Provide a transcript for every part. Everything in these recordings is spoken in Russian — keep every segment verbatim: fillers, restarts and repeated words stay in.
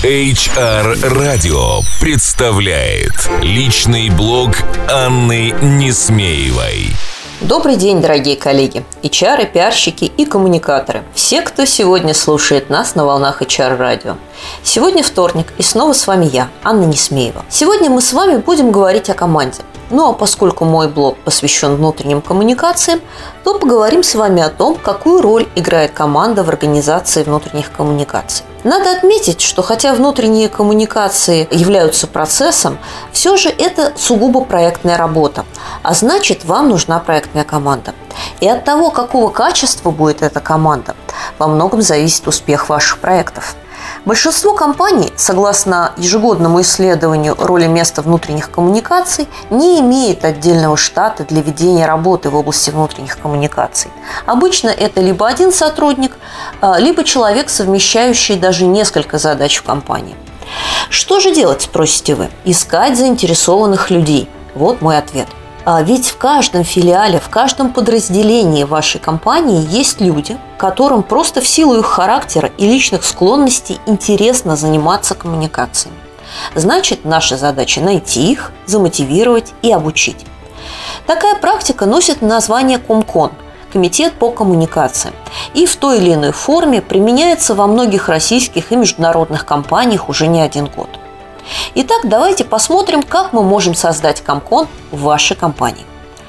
эйч ар-радио представляет личный блог Анны Несмеевой. Добрый день, дорогие коллеги, эйч ар, пиарщики и коммуникаторы. Все, кто сегодня слушает нас на волнах эйч ар-радио. Сегодня вторник, и снова с вами я, Анна Несмеева. Сегодня мы с вами будем говорить о команде. Ну а поскольку мой блог посвящен внутренним коммуникациям, то поговорим с вами о том, какую роль играет команда в организации внутренних коммуникаций. Надо отметить, что хотя внутренние коммуникации являются процессом, все же это сугубо проектная работа, а значит, вам нужна проектная команда. И от того, какого качества будет эта команда, во многом зависит успех ваших проектов. Большинство компаний, согласно ежегодному исследованию роли места внутренних коммуникаций, не имеет отдельного штата для ведения работы в области внутренних коммуникаций. Обычно это либо один сотрудник, либо человек, совмещающий даже несколько задач в компании. Что же делать, спросите вы? Искать заинтересованных людей. Вот мой ответ. А ведь в каждом филиале, в каждом подразделении вашей компании есть люди, которым просто в силу их характера и личных склонностей интересно заниматься коммуникациями. Значит, наша задача найти их, замотивировать и обучить. Такая практика носит название Комкон – Комитет по коммуникациям, и в той или иной форме применяется во многих российских и международных компаниях уже не один год. Итак, давайте посмотрим, как мы можем создать Комкон в вашей компании.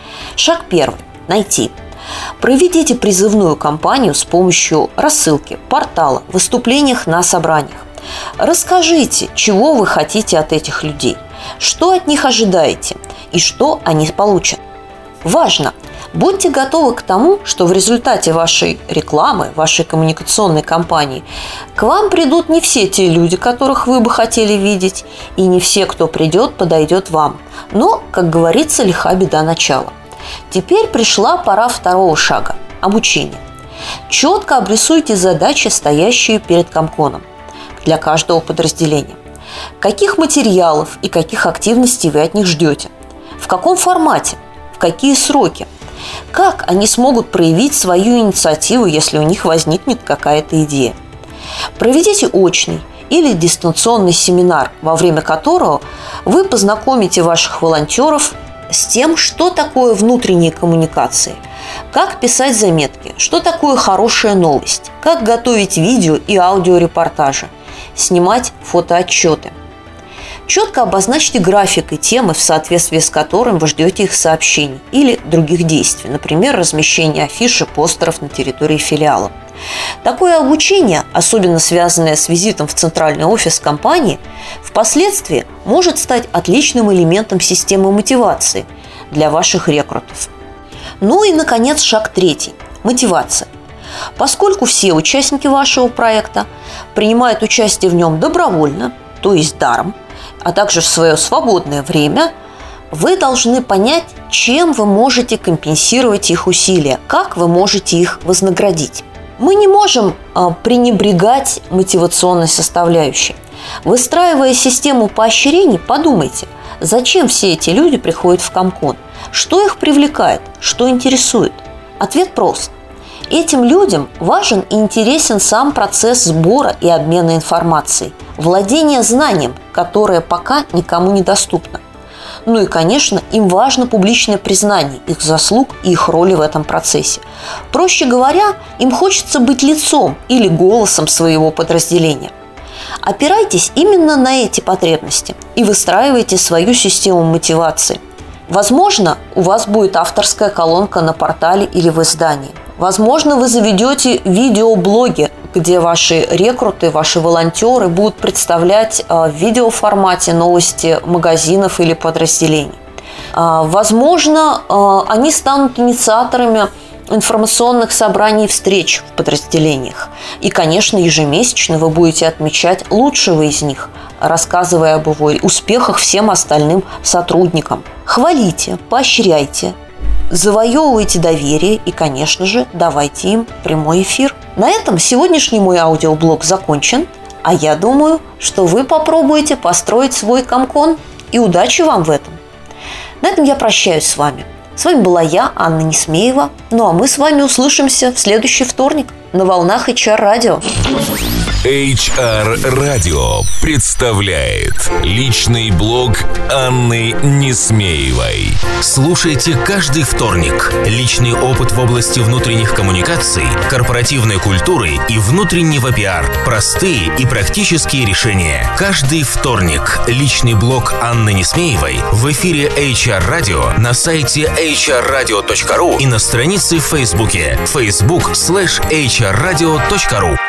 Шаг первый. Найти. Проведите призывную кампанию с помощью рассылки, портала, выступлениях на собраниях. Расскажите, чего вы хотите от этих людей, что от них ожидаете и что они получат. Важно! Будьте готовы к тому, что в результате вашей рекламы, вашей коммуникационной кампании к вам придут не все те люди, которых вы бы хотели видеть, и не все, кто придет, подойдет вам. Но, как говорится, лиха беда начала. Теперь пришла пора второго шага – обучения. Четко обрисуйте задачи, стоящие перед Комконом для каждого подразделения. Каких материалов и каких активностей вы от них ждете? В каком формате? В какие сроки? Как они смогут проявить свою инициативу, если у них возникнет какая-то идея? Проведите очный или дистанционный семинар, во время которого вы познакомите ваших волонтеров с тем, что такое внутренние коммуникации, как писать заметки, что такое хорошая новость, как готовить видео и аудиорепортажи, снимать фотоотчеты. Четко обозначьте график и темы, в соответствии с которым вы ждете их сообщений или других действий, например, размещение афиш и постеров на территории филиала. Такое обучение, особенно связанное с визитом в центральный офис компании, впоследствии может стать отличным элементом системы мотивации для ваших рекрутов. Ну и, наконец, шаг третий – мотивация. Поскольку все участники вашего проекта принимают участие в нем добровольно, то есть даром, а также в свое свободное время, вы должны понять, чем вы можете компенсировать их усилия, как вы можете их вознаградить. Мы не можем а, пренебрегать мотивационной составляющей. Выстраивая систему поощрений, подумайте, зачем все эти люди приходят в Комкон, что их привлекает, что интересует. Ответ прост. Этим людям важен и интересен сам процесс сбора и обмена информацией, владение знанием, которое пока никому не доступно. Ну и, конечно, им важно публичное признание их заслуг и их роли в этом процессе. Проще говоря, им хочется быть лицом или голосом своего подразделения. Опирайтесь именно на эти потребности и выстраивайте свою систему мотивации. Возможно, у вас будет авторская колонка на портале или в издании. Возможно, вы заведете видеоблоги, где ваши рекруты, ваши волонтеры будут представлять в видеоформате новости магазинов или подразделений. Возможно, они станут инициаторами информационных собраний и встреч в подразделениях. И, конечно, ежемесячно вы будете отмечать лучшего из них, рассказывая об его успехах всем остальным сотрудникам. Хвалите, поощряйте, завоевывайте доверие и, конечно же, давайте им прямой эфир. На этом сегодняшний мой аудиоблог закончен, а я думаю, что вы попробуете построить свой Комкон, и удачи вам в этом. На этом я прощаюсь с вами. С вами была я, Анна Несмеева. Ну а мы с вами услышимся в следующий вторник на волнах эйч ар-радио. эйч ар Радио представляет личный блог Анны Несмеевой. Слушайте каждый вторник. Личный опыт в области внутренних коммуникаций, корпоративной культуры и внутреннего пиар. Простые и практические решения. Каждый вторник. Личный блог Анны Несмеевой в эфире эйч ар Радио, на сайте эйч ар радио точка ру и на странице в Фейсбуке facebook слэш эйч ар радио точка ру.